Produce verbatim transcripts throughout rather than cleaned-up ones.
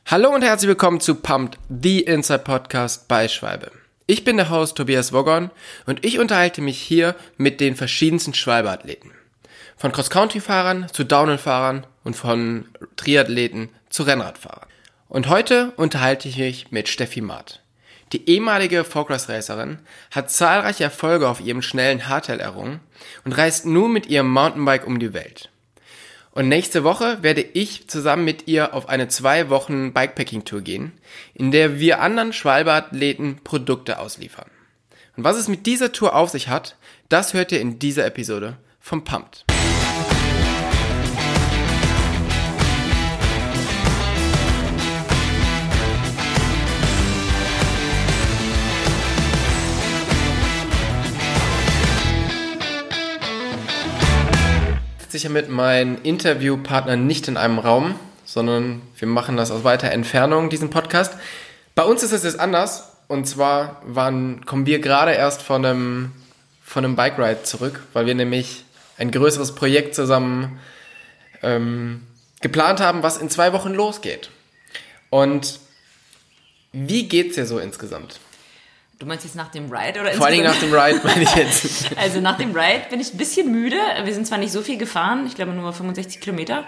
Hallo und herzlich willkommen zu Pumped, the Inside Podcast bei Schwalbe. Ich bin der Host Tobias Woggon und ich unterhalte mich hier mit den verschiedensten Schwalbe-Athleten. Von Cross-Country-Fahrern zu Downhill-Fahrern und von Triathleten zu Rennradfahrern. Und heute unterhalte ich mich mit Steffi Maat. Die ehemalige Folklife-Racerin hat zahlreiche Erfolge auf ihrem schnellen Hardtail errungen und reist nun mit ihrem Mountainbike um die Welt. Und nächste Woche werde ich zusammen mit ihr auf eine zwei Wochen Bikepacking-Tour gehen, in der wir anderen Schwalbe-Athleten Produkte ausliefern. Und was es mit dieser Tour auf sich hat, das hört ihr in dieser Episode vom Pumped. Sicher mit meinen Interviewpartnern nicht in einem Raum, sondern wir machen das aus weiter Entfernung, diesen Podcast. Bei uns ist es jetzt anders, und zwar waren, kommen wir gerade erst von einem, von einem Bike Ride zurück, weil wir nämlich ein größeres Projekt zusammen ähm, geplant haben, was in zwei Wochen losgeht. Und wie geht's dir so insgesamt? Du meinst jetzt nach dem Ride? Oder Vor allem nach dem Ride meine ich jetzt. Also nach dem Ride bin ich ein bisschen müde. Wir sind zwar nicht so viel gefahren, ich glaube nur fünfundsechzig Kilometer,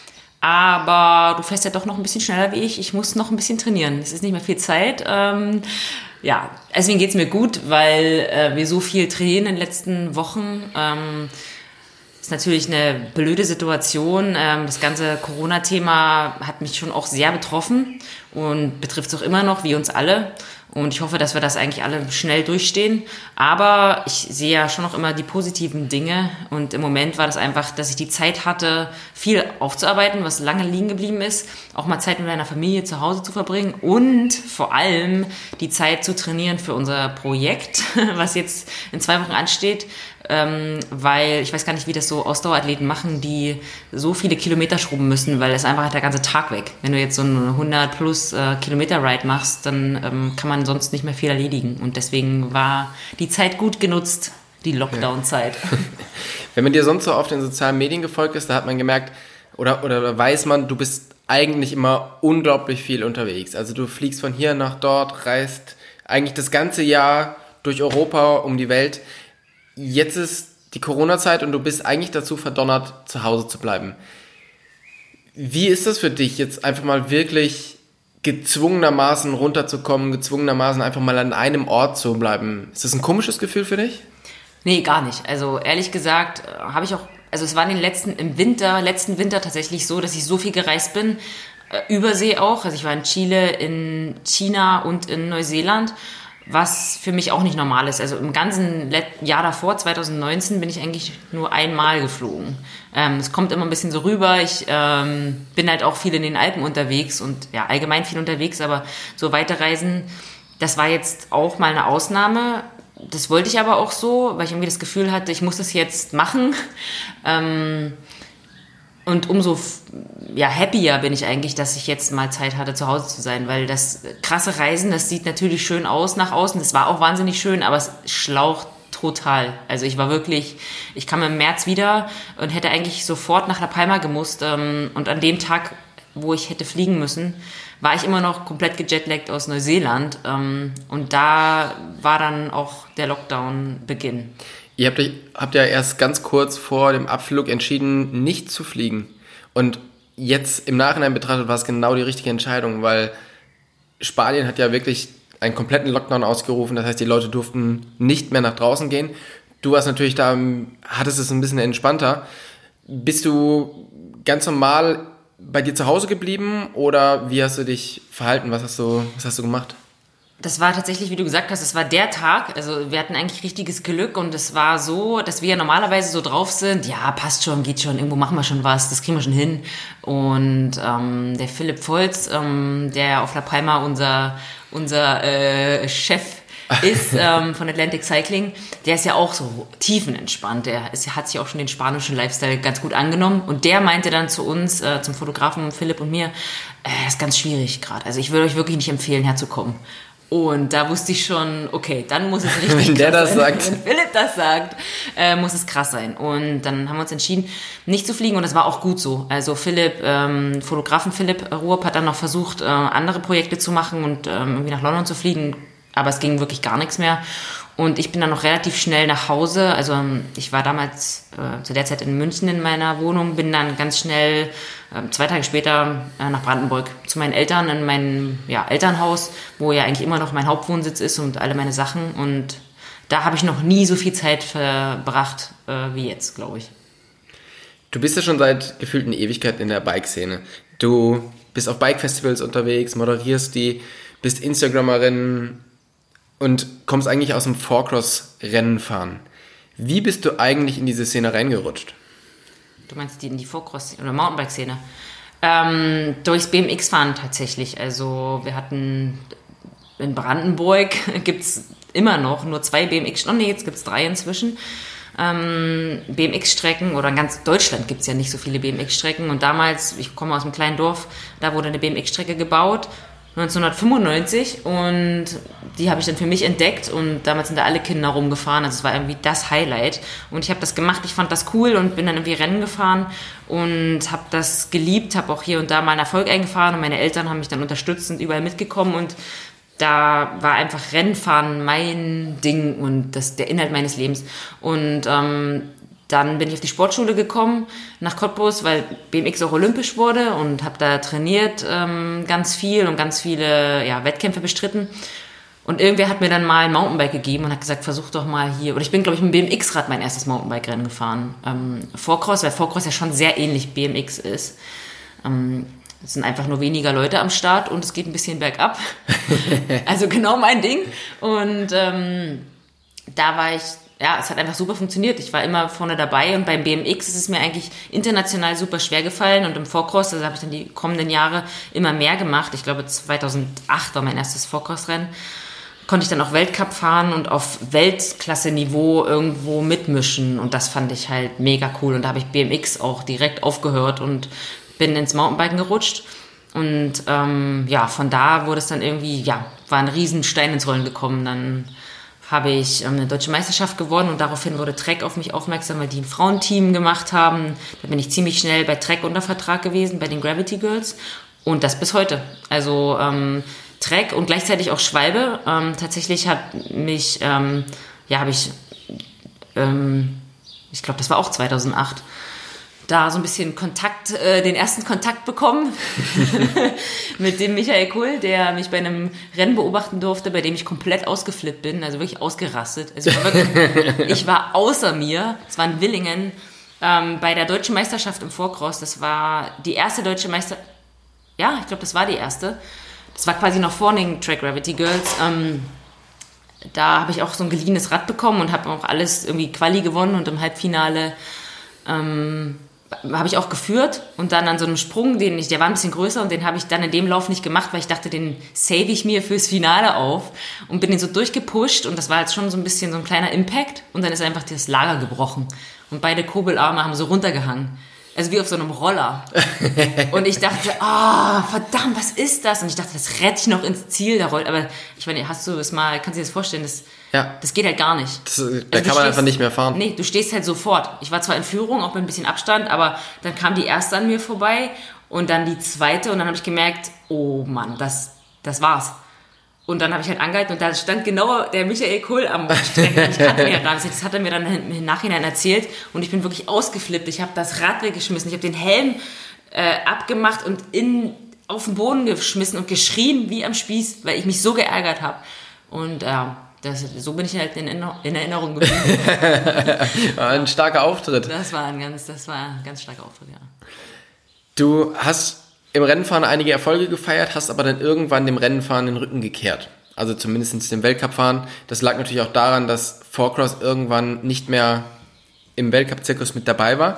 aber du fährst ja doch noch ein bisschen schneller wie ich. Ich muss noch ein bisschen trainieren. Es ist nicht mehr viel Zeit. Ähm, ja, deswegen geht's mir gut, weil äh, wir so viel trainieren in den letzten Wochen. Ähm, ist natürlich eine blöde Situation. Ähm, das ganze Corona-Thema hat mich schon auch sehr betroffen und betrifft es auch immer noch, wie uns alle. Und ich hoffe, dass wir das eigentlich alle schnell durchstehen. Aber ich sehe ja schon noch immer die positiven Dinge. Und im Moment war das einfach, dass ich die Zeit hatte, viel aufzuarbeiten, was lange liegen geblieben ist. Auch mal Zeit mit meiner Familie zu Hause zu verbringen. Und vor allem die Zeit zu trainieren für unser Projekt, was jetzt in zwei Wochen ansteht. Ähm, weil ich weiß gar nicht, wie das so Ausdauerathleten machen, die so viele Kilometer schrubben müssen, weil es einfach halt der ganze Tag weg. Wenn du jetzt so einen hundert plus äh, Kilometer Ride machst, dann ähm, kann man sonst nicht mehr viel erledigen. Und deswegen war die Zeit gut genutzt, die Lockdown-Zeit. Ja. Wenn man dir sonst so auf den sozialen Medien gefolgt ist, da hat man gemerkt, oder, oder weiß man, du bist eigentlich immer unglaublich viel unterwegs. Also du fliegst von hier nach dort, reist eigentlich das ganze Jahr durch Europa um die Welt. Jetzt ist die Corona-Zeit und du bist eigentlich dazu verdonnert, zu Hause zu bleiben. Wie ist das für dich, jetzt einfach mal wirklich gezwungenermaßen runterzukommen, gezwungenermaßen einfach mal an einem Ort zu bleiben? Ist das ein komisches Gefühl für dich? Nee, gar nicht. Also ehrlich gesagt habe ich auch, also es war in den letzten, im Winter, letzten Winter tatsächlich so, dass ich so viel gereist bin, Übersee auch. Also ich war in Chile, in China und in Neuseeland. Was für mich auch nicht normal ist. Also im ganzen Jahr davor, zwanzig neunzehn, bin ich eigentlich nur einmal geflogen. Ähm, es kommt immer ein bisschen so rüber. Ich ähm, bin halt auch viel in den Alpen unterwegs und ja, allgemein viel unterwegs, aber so Weiterreisen, das war jetzt auch mal eine Ausnahme. Das wollte ich aber auch so, weil ich irgendwie das Gefühl hatte, ich muss das jetzt machen. Ähm, Und umso ja, happier bin ich eigentlich, dass ich jetzt mal Zeit hatte, zu Hause zu sein, weil das krasse Reisen, das sieht natürlich schön aus nach außen, das war auch wahnsinnig schön, aber es schlaucht total. Also ich war wirklich, ich kam im März wieder und hätte eigentlich sofort nach La Palma gemusst und an dem Tag, wo ich hätte fliegen müssen, war ich immer noch komplett gejetlaggt aus Neuseeland und da war dann auch der Lockdown-Beginn. Ihr habt, habt ja erst ganz kurz vor dem Abflug entschieden, nicht zu fliegen. Und jetzt im Nachhinein betrachtet war es genau die richtige Entscheidung, weil Spanien hat ja wirklich einen kompletten Lockdown ausgerufen. Das heißt, die Leute durften nicht mehr nach draußen gehen. Du warst natürlich da, hattest es ein bisschen entspannter. Bist du ganz normal bei dir zu Hause geblieben oder wie hast du dich verhalten? Was hast du, was hast du gemacht? Das war tatsächlich, wie du gesagt hast, es war der Tag, also wir hatten eigentlich richtiges Glück und es war so, dass wir ja normalerweise so drauf sind, ja, passt schon, geht schon, irgendwo machen wir schon was, das kriegen wir schon hin. Und ähm, der Philipp Volz, ähm, der auf La Palma unser, unser äh, Chef ist ähm, von Atlantic Cycling, der ist ja auch so tiefenentspannt, der ist, hat sich auch schon den spanischen Lifestyle ganz gut angenommen und der meinte dann zu uns, äh, zum Fotografen Philipp und mir, äh, ist ganz schwierig gerade, also ich würde euch wirklich nicht empfehlen, herzukommen. Und da wusste ich schon, okay, dann muss es richtig Wenn der krass das sein. sagt. Wenn Philipp das sagt, äh, muss es krass sein. Und dann haben wir uns entschieden, nicht zu fliegen und das war auch gut so. Also Philipp, ähm, Fotografen Philipp Ruopp hat dann noch versucht, äh, andere Projekte zu machen und ähm, irgendwie nach London zu fliegen, aber es ging wirklich gar nichts mehr. Und ich bin dann noch relativ schnell nach Hause. Also ich war damals äh, zu der Zeit in München in meiner Wohnung, bin dann ganz schnell äh, zwei Tage später äh, nach Brandenburg zu meinen Eltern in mein ja, Elternhaus, wo ja eigentlich immer noch mein Hauptwohnsitz ist und alle meine Sachen. Und da habe ich noch nie so viel Zeit verbracht äh, wie jetzt, glaube ich. Du bist ja schon seit gefühlt einer Ewigkeit in der Bike-Szene. Du bist auf Bike-Festivals unterwegs, moderierst die, bist Instagrammerin und kommst eigentlich aus dem Four-Cross-Rennen fahren. Wie bist du eigentlich in diese Szene reingerutscht? Du meinst die in die Four-Cross- oder Mountainbike-Szene? Ähm, durchs B M X-Fahren tatsächlich. Also wir hatten in Brandenburg gibt's immer noch nur zwei B M X, oh nee, jetzt gibt's drei inzwischen. Ähm, B M X-Strecken oder in ganz Deutschland gibt's ja nicht so viele B M X-Strecken. Und damals, ich komme aus einem kleinen Dorf, da wurde eine B M X-Strecke gebaut. neunzehnhundertfünfundneunzig und die habe ich dann für mich entdeckt und damals sind da alle Kinder rumgefahren, also es war irgendwie das Highlight und ich habe das gemacht, ich fand das cool und bin dann irgendwie Rennen gefahren und habe das geliebt, habe auch hier und da mal einen Erfolg eingefahren und meine Eltern haben mich dann unterstützt und überall mitgekommen und da war einfach Rennfahren mein Ding und das der Inhalt meines Lebens und ähm, dann bin ich auf die Sportschule gekommen nach Cottbus, weil B M X auch olympisch wurde und habe da trainiert ähm, ganz viel und ganz viele ja, Wettkämpfe bestritten. Und irgendwer hat mir dann mal ein Mountainbike gegeben und hat gesagt, versuch doch mal hier. Oder ich bin, glaube ich, mit dem B M X-Rad mein erstes Mountainbike-Rennen gefahren. Ähm, Four-Cross, weil Four-Cross ja schon sehr ähnlich B M X ist. Ähm, es sind einfach nur weniger Leute am Start und es geht ein bisschen bergab. Also genau mein Ding. Und ähm, da war ich... Ja, es hat einfach super funktioniert. Ich war immer vorne dabei und beim B M X ist es mir eigentlich international super schwer gefallen und im Four-Cross, also habe ich dann die kommenden Jahre immer mehr gemacht. Ich glaube zweitausendacht war mein erstes Four-Cross-Rennen. Konnte ich dann auch Weltcup fahren und auf Weltklasse-Niveau irgendwo mitmischen und das fand ich halt mega cool und da habe ich B M X auch direkt aufgehört und bin ins Mountainbiken gerutscht. Und ähm, ja, von da wurde es dann irgendwie, ja, war ein riesen Stein ins Rollen gekommen. Dann habe ich ähm, eine deutsche Meisterschaft gewonnen und daraufhin wurde Trek auf mich aufmerksam, weil die ein Frauenteam gemacht haben. Da bin ich ziemlich schnell bei Trek unter Vertrag gewesen, bei den Gravity Girls und das bis heute. Also ähm, Trek und gleichzeitig auch Schwalbe. Ähm, tatsächlich hat mich, ähm, ja, habe ich, ähm, ich glaube, das war auch zweitausendacht, da so ein bisschen Kontakt, äh, den ersten Kontakt bekommen mit dem Michael Kuhl, der mich bei einem Rennen beobachten durfte, bei dem ich komplett ausgeflippt bin, also wirklich ausgerastet. Also ich, war wirklich, ich war außer mir, es war in Willingen, ähm, bei der deutschen Meisterschaft im Four-Cross, das war die erste deutsche Meister... Ja, ich glaube, das war die erste. Das war quasi noch vor den Track Gravity Girls. Ähm, da habe ich auch so ein geliehenes Rad bekommen und habe auch alles irgendwie Quali gewonnen und im Halbfinale... Ähm, habe ich auch geführt und dann an so einem Sprung, den ich, der war ein bisschen größer und den habe ich dann in dem Lauf nicht gemacht, weil ich dachte, den save ich mir fürs Finale auf und bin den so durchgepusht und das war jetzt schon so ein bisschen so ein kleiner Impact und dann ist einfach das Lager gebrochen und beide Kurbelarme haben so runtergehangen. Also wie auf so einem Roller. Und ich dachte, ah, oh, verdammt, was ist das? Und ich dachte, das rette ich noch ins Ziel, da rollt. Aber ich meine, hast du das mal, kannst du dir das vorstellen, das, ja. das geht halt gar nicht. Das, da also kann man stehst, einfach nicht mehr fahren. Nee, du stehst halt sofort. Ich war zwar in Führung, auch mit ein bisschen Abstand, aber dann kam die erste an mir vorbei und dann die zweite und dann habe ich gemerkt, oh Mann, das, das war's. Und dann habe ich halt angehalten und da stand genau der Michael Kuhl am Strecken. Ich kannte ihn ja gar nicht. Das hat er mir dann im Nachhinein erzählt und ich bin wirklich ausgeflippt. Ich habe das Rad weggeschmissen, ich habe den Helm äh, abgemacht und in, auf den Boden geschmissen und geschrien wie am Spieß, weil ich mich so geärgert habe. Und ja, das, so bin ich halt in, in Erinnerung geblieben. Ein starker Auftritt. Das war ein ganz, das war ein ganz starker Auftritt, ja. Du hast im Rennfahren einige Erfolge gefeiert, hast aber dann irgendwann dem Rennenfahren den Rücken gekehrt. Also zumindest dem Weltcup-Fahren. Das lag natürlich auch daran, dass Four-Cross irgendwann nicht mehr im Weltcup-Zirkus mit dabei war.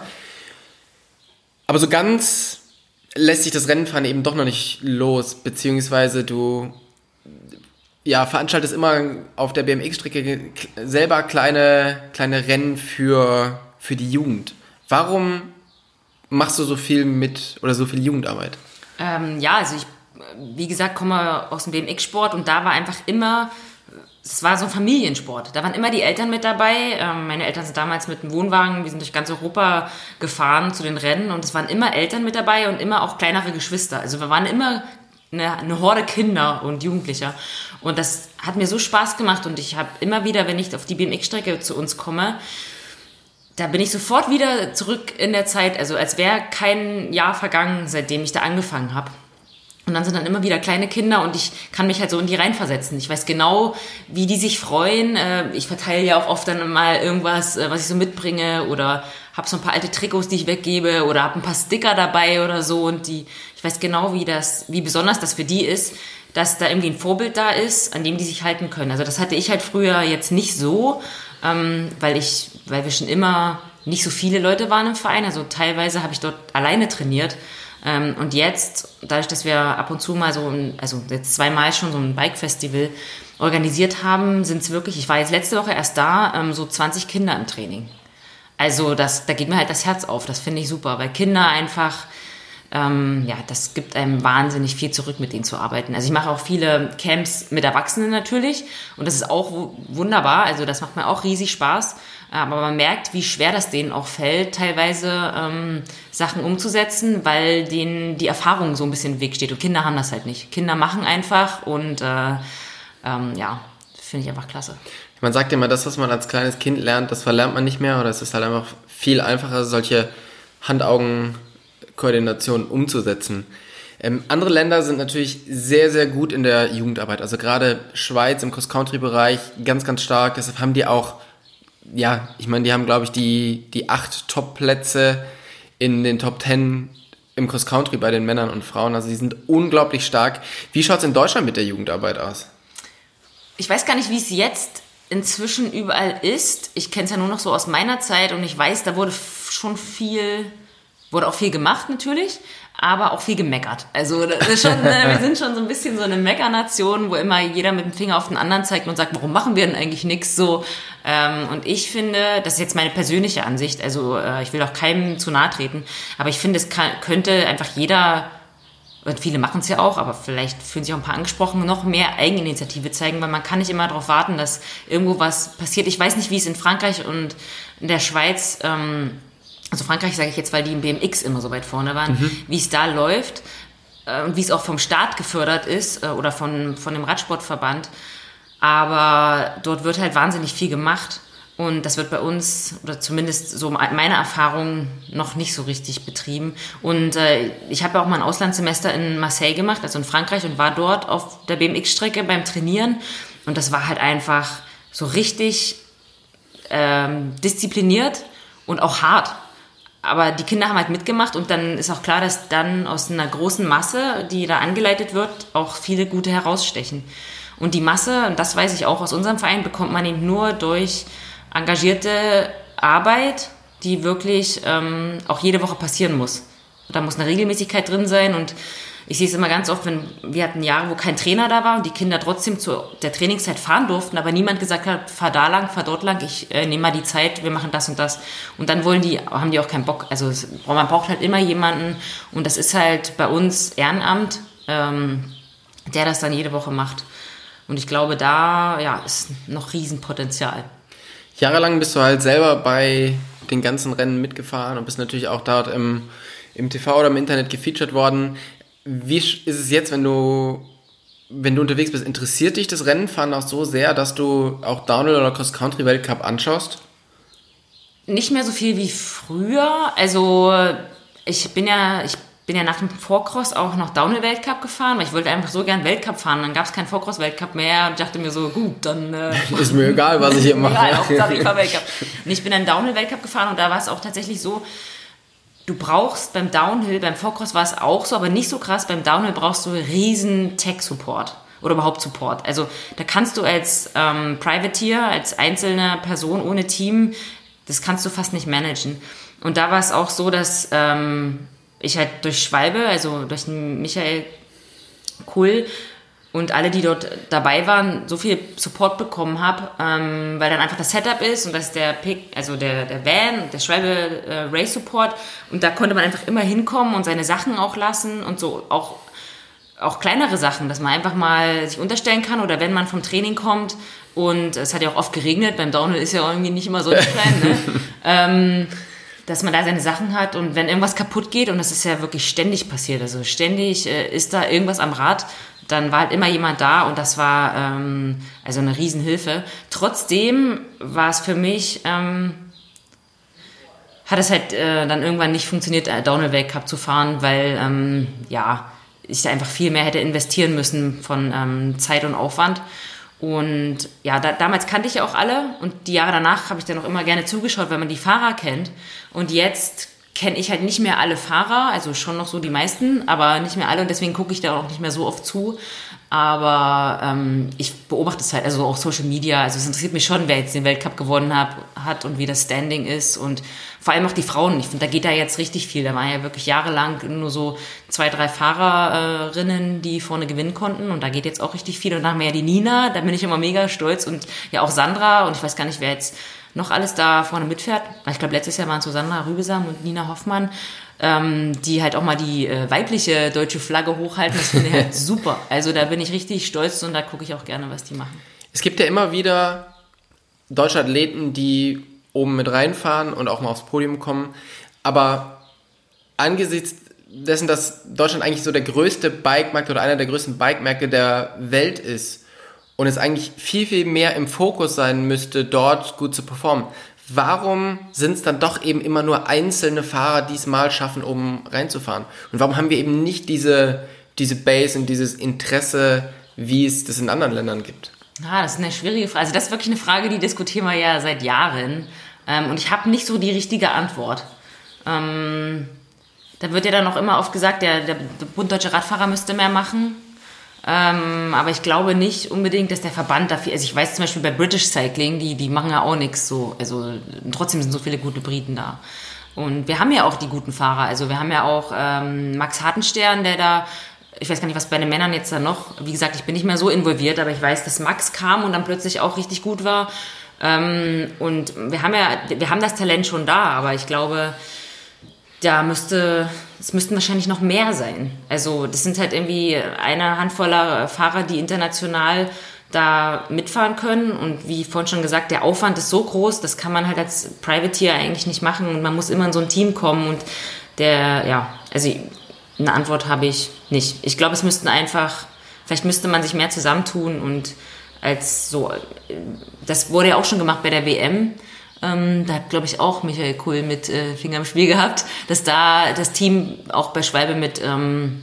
Aber so ganz lässt sich das Rennenfahren eben doch noch nicht los, beziehungsweise du ja, veranstaltest immer auf der B M X-Strecke selber kleine, kleine Rennen für, für die Jugend. Warum machst du so viel mit oder so viel Jugendarbeit? Ähm, ja, also ich wie gesagt, komme aus dem B M X-Sport und da war einfach immer, es war so ein Familiensport. Da waren immer die Eltern mit dabei. Ähm, meine Eltern sind damals mit dem Wohnwagen, wir sind durch ganz Europa gefahren zu den Rennen und es waren immer Eltern mit dabei und immer auch kleinere Geschwister. Also wir waren immer eine, eine Horde Kinder und Jugendlicher. Und das hat mir so Spaß gemacht und ich habe immer wieder, wenn ich auf die B M X-Strecke zu uns komme, da bin ich sofort wieder zurück in der Zeit, also als wäre kein Jahr vergangen, seitdem ich da angefangen habe. Und dann sind dann immer wieder kleine Kinder und ich kann mich halt so in die reinversetzen. Ich weiß genau, wie die sich freuen. Ich verteile ja auch oft dann mal irgendwas, was ich so mitbringe oder habe so ein paar alte Trikots, die ich weggebe oder habe ein paar Sticker dabei oder so. Und die, ich weiß genau, wie das, wie besonders das für die ist, dass da irgendwie ein Vorbild da ist, an dem die sich halten können. Also das hatte ich halt früher jetzt nicht so, ähm, weil ich, weil wir schon immer nicht so viele Leute waren im Verein. Also teilweise habe ich dort alleine trainiert. Ähm, und jetzt, dadurch, dass wir ab und zu mal so, ein, also jetzt zweimal schon so ein Bike-Festival organisiert haben, sind es wirklich, ich war jetzt letzte Woche erst da, ähm, so zwanzig Kinder im Training. Also das, da geht mir halt das Herz auf, das finde ich super, weil Kinder einfach, ähm, ja, das gibt einem wahnsinnig viel zurück, mit denen zu arbeiten. Also ich mache auch viele Camps mit Erwachsenen natürlich und das ist auch w- wunderbar, also das macht mir auch riesig Spaß. Aber man merkt, wie schwer das denen auch fällt, teilweise ähm, Sachen umzusetzen, weil denen die Erfahrung so ein bisschen im Weg steht. Und Kinder haben das halt nicht. Kinder machen einfach und äh, ähm, ja, finde ich einfach klasse. Man sagt immer, das, was man als kleines Kind lernt, das verlernt man nicht mehr oder es ist halt einfach viel einfacher, solche Hand-Augen-Koordinationen umzusetzen. Ähm, andere Länder sind natürlich sehr, sehr gut in der Jugendarbeit. Also gerade Schweiz im Cross-Country-Bereich ganz, ganz stark. Deshalb haben die auch ja, ich meine, die haben, glaube ich, die, die acht Top-Plätze in den Top Ten im Cross-Country bei den Männern und Frauen. Also die sind unglaublich stark. Wie schaut es in Deutschland mit der Jugendarbeit aus? Ich weiß gar nicht, wie es jetzt inzwischen überall ist. Ich kenne es ja nur noch so aus meiner Zeit und ich weiß, da wurde schon viel, wurde auch viel gemacht natürlich, aber auch viel gemeckert. Also das ist schon, wir sind schon so ein bisschen so eine Meckernation, wo immer jeder mit dem Finger auf den anderen zeigt und sagt, warum machen wir denn eigentlich nichts so? Und ich finde, das ist jetzt meine persönliche Ansicht, also ich will auch keinem zu nahe treten, aber ich finde, es kann, könnte einfach jeder, und viele machen es ja auch, aber vielleicht fühlen sich auch ein paar angesprochen, noch mehr Eigeninitiative zeigen, weil man kann nicht immer darauf warten, dass irgendwo was passiert. Ich weiß nicht, wie es in Frankreich und in der Schweiz, ähm, also Frankreich sage ich jetzt, weil die im B M X immer so weit vorne waren, mhm. wie es da läuft äh, und wie es auch vom Staat gefördert ist äh, oder von, von dem Radsportverband. Aber dort wird halt wahnsinnig viel gemacht und das wird bei uns, oder zumindest so meine Erfahrung, noch nicht so richtig betrieben. Und äh, ich habe ja auch mal ein Auslandssemester in Marseille gemacht, also in Frankreich, und war dort auf der B M X-Strecke beim Trainieren und das war halt einfach so richtig ähm, diszipliniert und auch hart. Aber die Kinder haben halt mitgemacht und dann ist auch klar, dass dann aus einer großen Masse, die da angeleitet wird, auch viele gute herausstechen. Und die Masse, und das weiß ich auch aus unserem Verein, bekommt man eben nur durch engagierte Arbeit, die wirklich ähm, auch jede Woche passieren muss. Da muss eine Regelmäßigkeit drin sein und ich sehe es immer ganz oft, wenn wir hatten Jahre, wo kein Trainer da war und die Kinder trotzdem zu der Trainingszeit fahren durften, aber niemand gesagt hat, fahr da lang, fahr dort lang, ich äh, nehme mal die Zeit, wir machen das und das. Und dann wollen die, haben die auch keinen Bock. Also es, man braucht halt immer jemanden und das ist halt bei uns Ehrenamt, ähm, der das dann jede Woche macht. Und ich glaube, da ja, ist noch Riesenpotenzial. Jahrelang bist du halt selber bei den ganzen Rennen mitgefahren und bist natürlich auch dort im, im T V oder im Internet gefeatured worden. Wie ist es jetzt, wenn du, wenn du unterwegs bist? Interessiert dich das Rennenfahren auch so sehr, dass du auch Downhill oder Cross-Country-Weltcup anschaust? Nicht mehr so viel wie früher. Also ich bin ja, ich bin ja nach dem Vorcross auch noch Downhill-Weltcup gefahren, weil ich wollte einfach so gern Weltcup fahren. Dann gab es keinen Vorcross-Weltcup mehr und ich dachte mir so, gut, dann... Äh, ist mir egal, was ich hier mache. Egal, Hauptsache ich fahr Weltcup. Und ich bin dann Downhill-Weltcup gefahren und da war es auch tatsächlich so, du brauchst beim Downhill, beim Vorcross war es auch so, aber nicht so krass, beim Downhill brauchst du riesen Tech-Support oder überhaupt Support. Also da kannst du als ähm, Privateer, als einzelne Person ohne Team, das kannst du fast nicht managen. Und da war es auch so, dass ähm, ich halt durch Schwalbe, also durch den Michael Kull und alle, die dort dabei waren, so viel Support bekommen habe, ähm, weil dann einfach das Setup ist und das ist der Pick, also der, der Van, der Schwalbe äh, Race Support und da konnte man einfach immer hinkommen und seine Sachen auch lassen und so auch auch kleinere Sachen, dass man einfach mal sich unterstellen kann oder wenn man vom Training kommt und es hat ja auch oft geregnet, beim Downhill ist ja irgendwie nicht immer so klein, ne? ähm, dass man da seine Sachen hat und wenn irgendwas kaputt geht, und das ist ja wirklich ständig passiert, also ständig äh, ist da irgendwas am Rad, dann war halt immer jemand da und das war ähm, also eine Riesenhilfe. Trotzdem war es für mich, ähm, hat es halt äh, dann irgendwann nicht funktioniert, äh, Downhill Weltcup zu fahren, weil ähm, ja, ich da einfach viel mehr hätte investieren müssen von ähm, Zeit und Aufwand. Und ja, da, damals kannte ich ja auch alle und die Jahre danach habe ich dann auch immer gerne zugeschaut, weil man die Fahrer kennt. Und jetzt kenne ich halt nicht mehr alle Fahrer, also schon noch so die meisten, aber nicht mehr alle und deswegen gucke ich da auch nicht mehr so oft zu. Aber ähm, ich beobachte es halt, also auch Social Media, also es interessiert mich schon, wer jetzt den Weltcup gewonnen hat, hat und wie das Standing ist und vor allem auch die Frauen. Ich finde, da geht da jetzt richtig viel. Da waren ja wirklich jahrelang nur so zwei, drei Fahrerinnen, die vorne gewinnen konnten und da geht jetzt auch richtig viel. Und dann haben wir ja die Nina, da bin ich immer mega stolz und ja auch Sandra und ich weiß gar nicht, wer jetzt noch alles da vorne mitfährt. Ich glaube, letztes Jahr waren es so Sandra Rübesam und Nina Hoffmann, ähm, die halt auch mal die äh, weibliche deutsche Flagge hochhalten. Das finde ich halt super. Also da bin ich richtig stolz und da gucke ich auch gerne, was die machen. Es gibt ja immer wieder deutsche Athleten, die oben mit reinfahren und auch mal aufs Podium kommen. Aber angesichts dessen, dass Deutschland eigentlich so der größte Bikemarkt oder einer der größten Bikemärkte der Welt ist, und es eigentlich viel, viel mehr im Fokus sein müsste, dort gut zu performen. Warum sind es dann doch eben immer nur einzelne Fahrer, die es mal schaffen, oben reinzufahren? Und warum haben wir eben nicht diese, diese Base und dieses Interesse, wie es das in anderen Ländern gibt? Ah, das ist eine schwierige Frage. Also das ist wirklich eine Frage, die diskutieren wir ja seit Jahren. Ähm, und ich habe nicht so die richtige Antwort. Ähm, da wird ja dann auch immer oft gesagt, der, der Bund Deutsche Radfahrer müsste mehr machen. Ähm, aber ich glaube nicht unbedingt, dass der Verband dafür, also ich weiß zum Beispiel bei British Cycling, die, die machen ja auch nichts so, also trotzdem sind so viele gute Briten da. Und wir haben ja auch die guten Fahrer, also wir haben ja auch ähm, Max Hartenstern, der da, ich weiß gar nicht, was bei den Männern jetzt da noch, wie gesagt, ich bin nicht mehr so involviert, aber ich weiß, dass Max kam und dann plötzlich auch richtig gut war. Ähm, und wir haben ja, wir haben das Talent schon da, aber ich glaube, da müsste, es müssten wahrscheinlich noch mehr sein. Also das sind halt irgendwie eine Handvoller Fahrer, die international da mitfahren können. Und wie vorhin schon gesagt, der Aufwand ist so groß, das kann man halt als Privateer eigentlich nicht machen. Und man muss immer in so ein Team kommen. Und der, ja, also eine Antwort habe ich nicht. Ich glaube, es müssten einfach, vielleicht müsste man sich mehr zusammentun und als so, das wurde ja auch schon gemacht bei der W M. Ähm, da hat, glaube ich, auch Michael Kuhl mit äh, Finger im Spiel gehabt, dass da das Team auch bei Schwalbe mit ähm,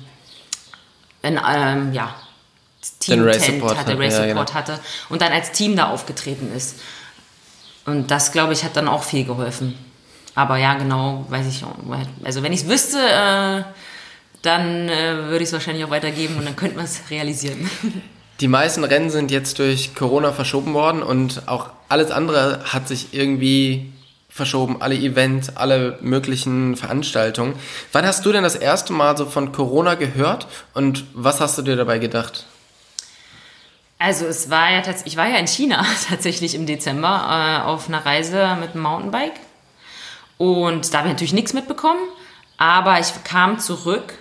ein, ähm, ja, Team-Tent hatte, Race-Support ja, genau. hatte und dann als Team da aufgetreten ist. Und das, glaube ich, hat dann auch viel geholfen. Aber ja, genau, weiß ich auch. Also wenn ich es wüsste, äh, dann äh, würde ich es wahrscheinlich auch weitergeben und dann könnte man es realisieren. Die meisten Rennen sind jetzt durch Corona verschoben worden und auch alles andere hat sich irgendwie verschoben. Alle Events, alle möglichen Veranstaltungen. Wann hast du denn das erste Mal so von Corona gehört und was hast du dir dabei gedacht? Also es war ja tatsächlich, ich war ja in China tatsächlich im Dezember äh, auf einer Reise mit dem Mountainbike und da habe ich natürlich nichts mitbekommen, aber ich kam zurück.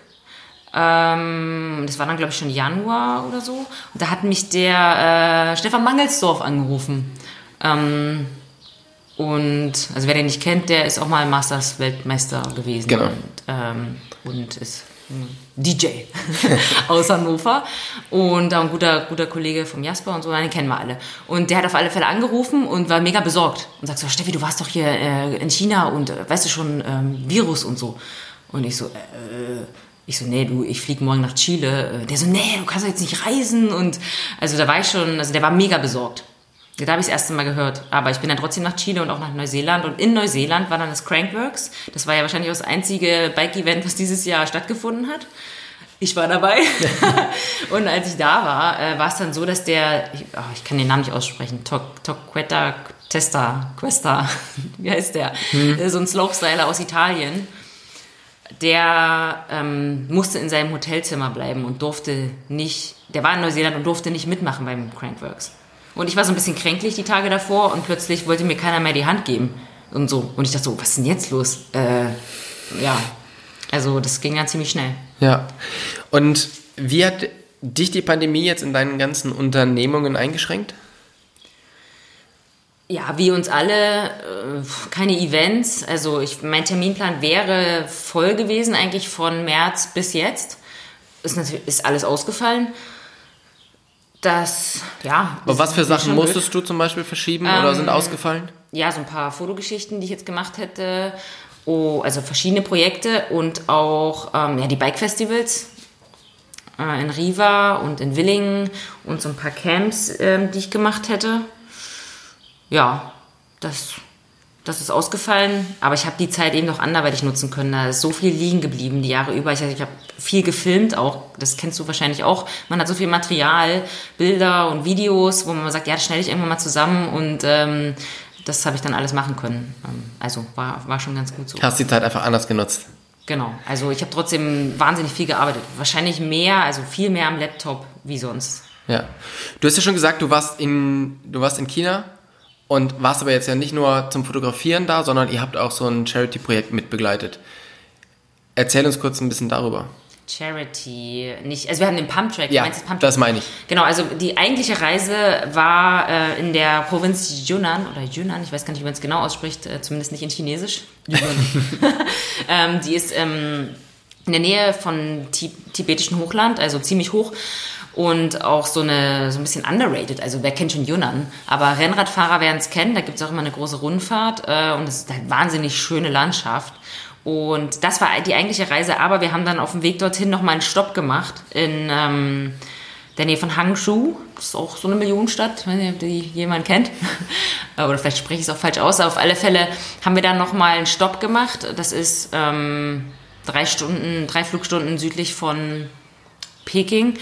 Ähm, das war dann, glaube ich, schon Januar oder so. Und da hat mich der äh, Stefan Mangelsdorf angerufen. Ähm, und, also wer den nicht kennt, der ist auch mal Masters-Weltmeister gewesen. Genau. Und, ähm, und ist D J aus Hannover. Und auch ein guter, guter Kollege vom Jasper und so, den kennen wir alle. Und der hat auf alle Fälle angerufen und war mega besorgt. Und sagt so, Steffi, du warst doch hier äh, in China und äh, weißt du schon, ähm, Virus und so. Und ich so, äh, Ich so, nee, du, ich fliege morgen nach Chile. Der so, nee, du kannst jetzt nicht reisen. Und also da war ich schon, also der war mega besorgt. Da habe ich das erste Mal gehört. Aber ich bin dann trotzdem nach Chile und auch nach Neuseeland. Und in Neuseeland war dann das Crankworx. Das war ja wahrscheinlich auch das einzige Bike-Event, was dieses Jahr stattgefunden hat. Ich war dabei. Und als ich da war, äh, war es dann so, dass der, ich, oh, ich kann den Namen nicht aussprechen, Toquetta Testa, Questa, wie heißt der? Hm. So ein Slopestyler aus Italien. Der ähm, musste in seinem Hotelzimmer bleiben und durfte nicht, der war in Neuseeland und durfte nicht mitmachen beim Crankworx. Und ich war so ein bisschen kränklich die Tage davor und plötzlich wollte mir keiner mehr die Hand geben und so. Und ich dachte so, was ist denn jetzt los? Äh, ja, also das ging ja ziemlich schnell. Ja, und Wie hat dich die Pandemie jetzt in deinen ganzen Unternehmungen eingeschränkt? Ja, wie uns alle, äh, keine Events. Also ich, mein Terminplan wäre voll gewesen, eigentlich von März bis jetzt. Ist natürlich ist alles ausgefallen. Das, ja. Aber was für Sachen musstest du zum Beispiel verschieben ähm, oder sind ausgefallen? Ja, so ein paar Fotogeschichten, die ich jetzt gemacht hätte. Oh, also verschiedene Projekte und auch ähm, ja, die Bike-Festivals äh, in Riva und in Willingen und so ein paar Camps, äh, die ich gemacht hätte. Ja, das, das ist ausgefallen, aber ich habe die Zeit eben noch anderweitig nutzen können. Da ist so viel liegen geblieben die Jahre über. Ich, ich habe viel gefilmt, auch das kennst du wahrscheinlich auch. Man hat so viel Material, Bilder und Videos, wo man sagt, ja, das schneide ich irgendwann mal zusammen und ähm, das habe ich dann alles machen können. Also war, war schon ganz gut so. Hast die Zeit einfach anders genutzt? Genau, also ich habe trotzdem wahnsinnig viel gearbeitet. Wahrscheinlich mehr, also viel mehr am Laptop wie sonst. Ja, du hast ja schon gesagt, du warst in, du warst in China. Und warst aber jetzt ja nicht nur zum Fotografieren da, sondern ihr habt auch so ein Charity-Projekt mitbegleitet. Erzähl uns kurz ein bisschen darüber. Charity, nicht, also wir haben den Pumptrack. Ja, das, Pumptrack? Das meine ich. Genau, also die eigentliche Reise war äh, in der Provinz Yunnan, oder Yunnan, ich weiß gar nicht, wie man es genau ausspricht, äh, zumindest nicht in Chinesisch. ähm, die ist ähm, in der Nähe von Ti- tibetischen Hochland, also ziemlich hoch. Und auch so eine so ein bisschen underrated, also wer kennt schon Yunnan, aber Rennradfahrer werden es kennen, da gibt es auch immer eine große Rundfahrt äh, und es ist halt wahnsinnig schöne Landschaft und das war die eigentliche Reise, aber wir haben dann auf dem Weg dorthin nochmal einen Stopp gemacht in ähm, der Nähe von Hangzhou, das ist auch so eine Millionenstadt, ich weiß nicht, ob die jemand kennt, oder vielleicht spreche ich es auch falsch aus, aber auf alle Fälle haben wir dann nochmal einen Stopp gemacht, das ist ähm, drei Stunden, drei Flugstunden südlich von Peking.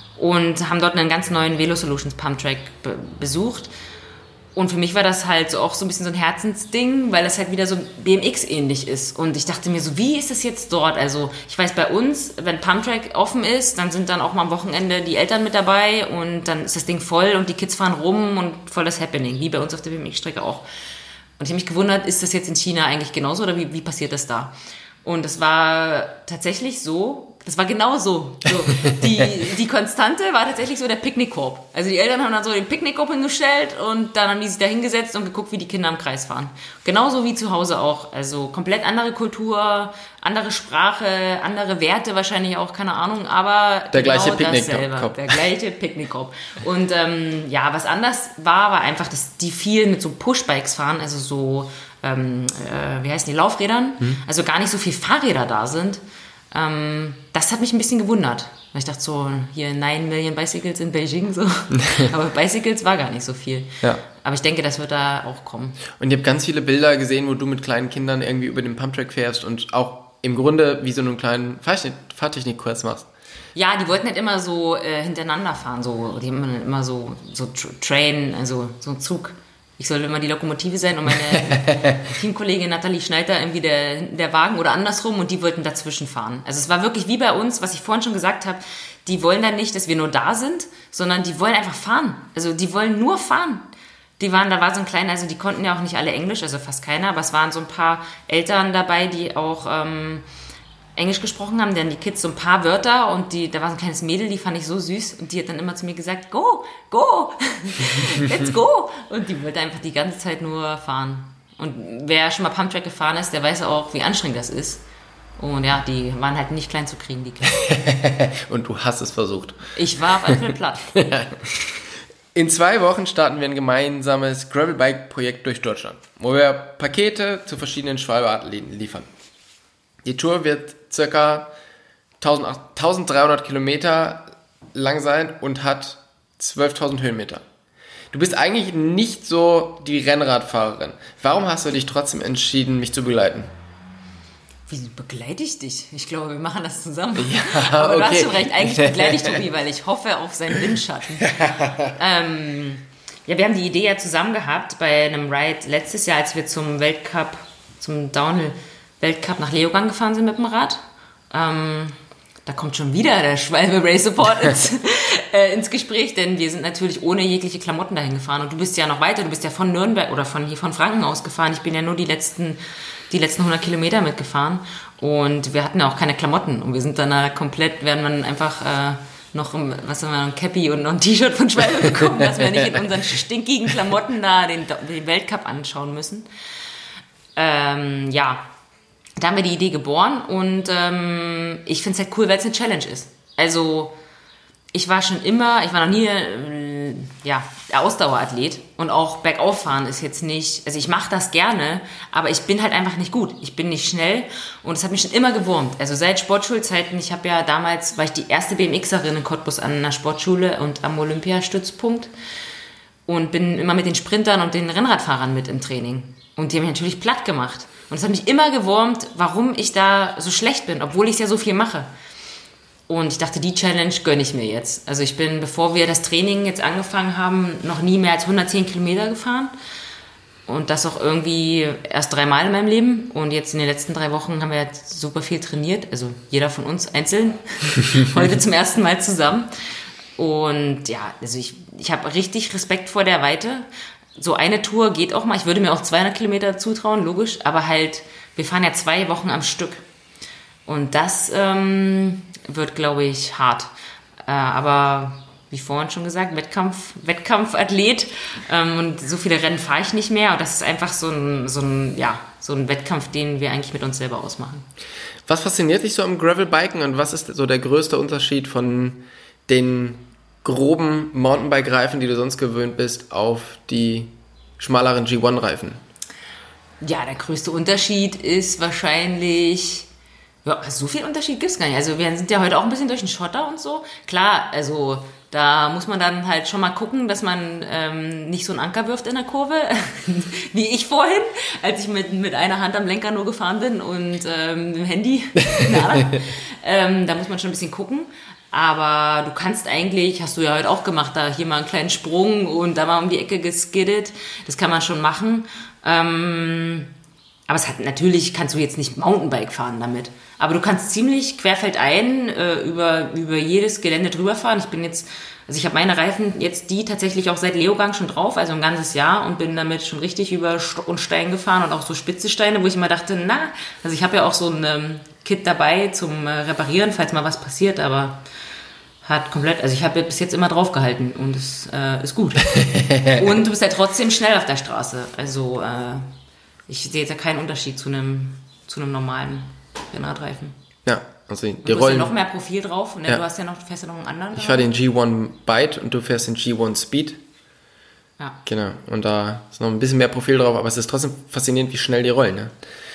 Und haben dort einen ganz neuen Velo Solutions Pumptrack be- besucht. Und für mich war das halt so auch so ein bisschen so ein Herzensding, weil das halt wieder so B M X-ähnlich ist. Und ich dachte mir so, wie ist das jetzt dort? Also ich weiß, bei uns, wenn Pumptrack offen ist, dann sind dann auch mal am Wochenende die Eltern mit dabei und dann ist das Ding voll und die Kids fahren rum und voll das Happening, wie bei uns auf der B M X-Strecke auch. Und ich habe mich gewundert, ist das jetzt in China eigentlich genauso oder wie, wie passiert das da? Und es war tatsächlich so, das war genau so. so. Die, die Konstante war tatsächlich so der Picknickkorb. Also die Eltern haben dann so den Picknickkorb hingestellt und dann haben die sich da hingesetzt und geguckt, wie die Kinder im Kreis fahren. Genauso wie zu Hause auch. Also komplett andere Kultur, andere Sprache, andere Werte wahrscheinlich auch, keine Ahnung, aber der genau gleiche Picknickkorb. Der gleiche Picknickkorb. Und ähm, ja, was anders war, war einfach, dass die viel mit so Pushbikes fahren, also so, ähm, äh, wie heißen die, Laufrädern. Hm. Also gar nicht so viel Fahrräder da sind. Ähm, das hat mich ein bisschen gewundert. Ich dachte so, hier nine Million Bicycles in Beijing, so. Aber Bicycles war gar nicht so viel. Ja. Aber ich denke, das wird da auch kommen. Und ich habe ganz viele Bilder gesehen, wo du mit kleinen Kindern irgendwie über den Pumptrack fährst und auch im Grunde wie so einen kleinen Fahrtechnikkurs machst. Ja, die wollten halt immer so äh, hintereinander fahren, so. Die haben immer so, so Train, also so ein Zug. Ich soll immer die Lokomotive sein und meine Teamkollegin Nathalie Schneider irgendwie der, der Wagen oder andersrum und die wollten dazwischen fahren. Also es war wirklich wie bei uns, was ich vorhin schon gesagt habe, die wollen dann nicht, dass wir nur da sind, sondern die wollen einfach fahren. Also die wollen nur fahren. Die waren, da war so ein kleiner, also die konnten ja auch nicht alle Englisch, also fast keiner, aber es waren so ein paar Eltern dabei, die auch ähm, Englisch gesprochen haben, denn die Kids so ein paar Wörter und die, da war so ein kleines Mädel, die fand ich so süß und die hat dann immer zu mir gesagt, go, go, let's go. Und die wollte einfach die ganze Zeit nur fahren. Und wer schon mal Pumptrack gefahren ist, der weiß auch, wie anstrengend das ist. Und ja, die waren halt nicht klein zu kriegen, die Kids. Und du hast es versucht. Ich war auf alle Fälle platt. In zwei Wochen starten wir ein gemeinsames Gravelbike-Projekt durch Deutschland, wo wir Pakete zu verschiedenen Schwalbe-Athleten liefern. Die Tour wird ca. eintausenddreihundert Kilometer lang sein und hat zwölftausend Höhenmeter. Du bist eigentlich nicht so die Rennradfahrerin. Warum hast du dich trotzdem entschieden, mich zu begleiten? Wie begleite ich dich? Ich glaube, wir machen das zusammen. Ja, aber okay. Du hast schon recht, eigentlich begleite ich Tobi, weil ich hoffe auf seinen Windschatten. ähm, ja, wir haben die Idee ja zusammen gehabt bei einem Ride letztes Jahr, als wir zum Weltcup, zum Downhill-Weltcup nach Leogang gefahren sind mit dem Rad. Ähm, da kommt schon wieder der Schwalbe Race Support ins, äh, ins Gespräch, denn wir sind natürlich ohne jegliche Klamotten dahin gefahren und du bist ja noch weiter, du bist ja von Nürnberg oder von hier von Franken aus gefahren. Ich bin ja nur die letzten die letzten hundert Kilometer mitgefahren und wir hatten ja auch keine Klamotten und wir sind dann da komplett, während man einfach äh, noch ein, was haben wir, ein Cappy und noch ein T-Shirt von Schwalbe bekommen, dass wir nicht in unseren stinkigen Klamotten da den, den Weltcup anschauen müssen. Ähm, ja, da haben wir die Idee geboren und ähm, ich finde es halt cool, weil es eine Challenge ist. Also ich war schon immer, ich war noch nie äh, ja, Ausdauerathlet und auch Bergauffahren ist jetzt nicht, also ich mache das gerne, aber ich bin halt einfach nicht gut. Ich bin nicht schnell und es hat mich schon immer gewurmt. Also seit Sportschulzeiten, ich habe ja damals, war ich die erste BMXerin in Cottbus an einer Sportschule und am Olympiastützpunkt und bin immer mit den Sprintern und den Rennradfahrern mit im Training. Und die haben mich natürlich platt gemacht. Und es hat mich immer gewurmt, warum ich da so schlecht bin, obwohl ich ja so viel mache. Und ich dachte, die Challenge gönne ich mir jetzt. Also ich bin, bevor wir das Training jetzt angefangen haben, noch nie mehr als hundertzehn Kilometer gefahren. Und das auch irgendwie erst dreimal in meinem Leben. Und jetzt in den letzten drei Wochen haben wir jetzt super viel trainiert. Also jeder von uns einzeln. Heute zum ersten Mal zusammen. Und ja, also ich, ich habe richtig Respekt vor der Weite. So eine Tour geht auch mal. Ich würde mir auch zweihundert Kilometer zutrauen, logisch. Aber halt, wir fahren ja zwei Wochen am Stück. Und das ähm, wird, glaube ich, hart. Äh, aber wie vorhin schon gesagt, Wettkampf, Wettkampfathlet. Ähm, und so viele Rennen fahre ich nicht mehr. Und das ist einfach so ein, so ein, ja, so ein Wettkampf, den wir eigentlich mit uns selber ausmachen. Was fasziniert dich so am Gravelbiken und was ist so der größte Unterschied von den groben Mountainbike-Reifen, die du sonst gewöhnt bist, auf die schmaleren G eins Reifen? Ja, der größte Unterschied ist wahrscheinlich, ja, so viel Unterschied gibt es gar nicht. Also wir sind ja heute auch ein bisschen durch den Schotter und so. Klar, also da muss man dann halt schon mal gucken, dass man ähm, nicht so einen Anker wirft in der Kurve, wie ich vorhin, als ich mit, mit einer Hand am Lenker nur gefahren bin und ähm, dem Handy. ähm, da muss man schon ein bisschen gucken. Aber du kannst eigentlich, hast du ja heute auch gemacht, da hier mal einen kleinen Sprung und da mal um die Ecke geskiddet. Das kann man schon machen. Ähm, aber es hat, natürlich kannst du jetzt nicht Mountainbike fahren damit. Aber du kannst ziemlich querfeldein äh, über, über jedes Gelände drüber fahren. Ich bin jetzt, also ich habe meine Reifen jetzt die tatsächlich auch seit Leogang schon drauf, also ein ganzes Jahr und bin damit schon richtig über Stock und Stein gefahren und auch so spitze Steine, wo ich immer dachte, na, also ich habe ja auch so ein ähm, Kit dabei zum äh, Reparieren, falls mal was passiert, aber hat komplett, also ich habe bis jetzt immer drauf gehalten und es äh, ist gut. Und du bist ja trotzdem schnell auf der Straße. Also äh, ich sehe jetzt ja keinen Unterschied zu einem zu einem normalen Rennradreifen. Ja, also die du Rollen. hast ja noch mehr Profil drauf und ja. du hast ja noch, fährst ja noch einen anderen. Ich fahre den G eins Byte und du fährst den G eins Speed. Ja. Genau, und da ist noch ein bisschen mehr Profil drauf, aber es ist trotzdem faszinierend, wie schnell die rollen. Ne?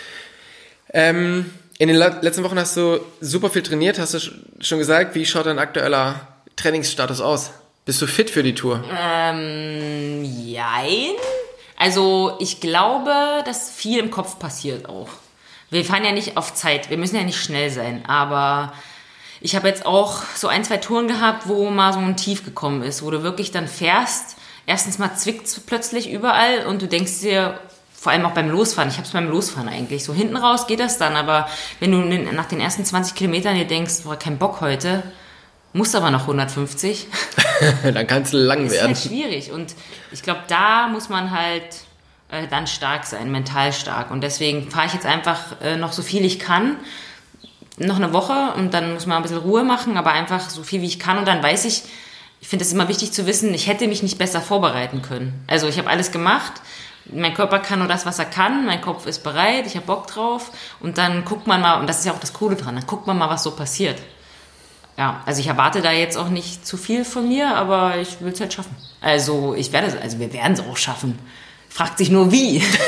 Ähm, in den letzten Wochen hast du super viel trainiert, hast du schon gesagt, wie schaut dein aktueller Trainingsstatus aus? Bist du fit für die Tour? Ähm, jein. Also ich glaube, dass viel im Kopf passiert auch. Wir fahren ja nicht auf Zeit, wir müssen ja nicht schnell sein, aber ich habe jetzt auch so ein, zwei Touren gehabt, wo mal so ein Tief gekommen ist, wo du wirklich dann fährst, erstens mal zwickt es plötzlich überall und du denkst dir, vor allem auch beim Losfahren, ich habe es beim Losfahren eigentlich, so hinten raus geht das dann, aber wenn du nach den ersten zwanzig Kilometern dir denkst, boah, kein Bock heute, musst aber noch hundertfünfzig, dann kann es lang werden. Das ist halt schwierig und ich glaube, da muss man halt äh, dann stark sein, mental stark und deswegen fahre ich jetzt einfach äh, noch so viel ich kann, noch eine Woche und dann muss man ein bisschen Ruhe machen, aber einfach so viel wie ich kann und dann weiß ich, ich finde es immer wichtig zu wissen, ich hätte mich nicht besser vorbereiten können. Also ich habe alles gemacht, mein Körper kann nur das, was er kann, mein Kopf ist bereit, ich habe Bock drauf und dann guckt man mal, und das ist ja auch das Coole dran, dann guckt man mal, was so passiert. Ja, also ich erwarte da jetzt auch nicht zu viel von mir, aber ich will es halt schaffen. Also ich werde es, also wir werden es auch schaffen. Fragt sich nur wie. Ich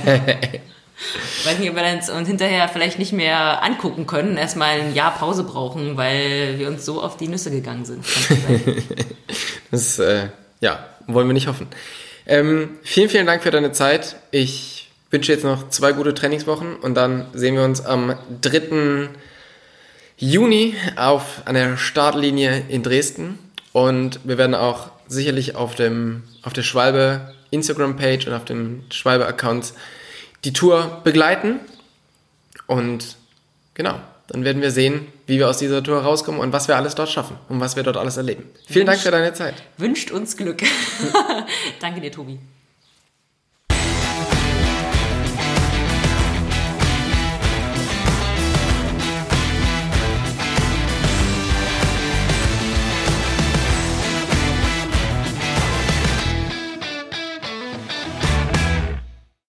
weiß nicht, ob wir uns und hinterher vielleicht nicht mehr angucken können, erstmal ein Jahr Pause brauchen, weil wir uns so auf die Nüsse gegangen sind. Das äh, ja, wollen wir nicht hoffen. Ähm, vielen, vielen Dank für deine Zeit. Ich wünsche jetzt noch zwei gute Trainingswochen und dann sehen wir uns am dritten Juni auf an der Startlinie in Dresden und wir werden auch sicherlich auf dem auf der Schwalbe Instagram-Page und auf dem Schwalbe-Account die Tour begleiten und genau, dann werden wir sehen, wie wir aus dieser Tour rauskommen und was wir alles dort schaffen und was wir dort alles erleben. Vielen Dank für deine Zeit. Wünscht uns Glück. Danke dir, Tobi.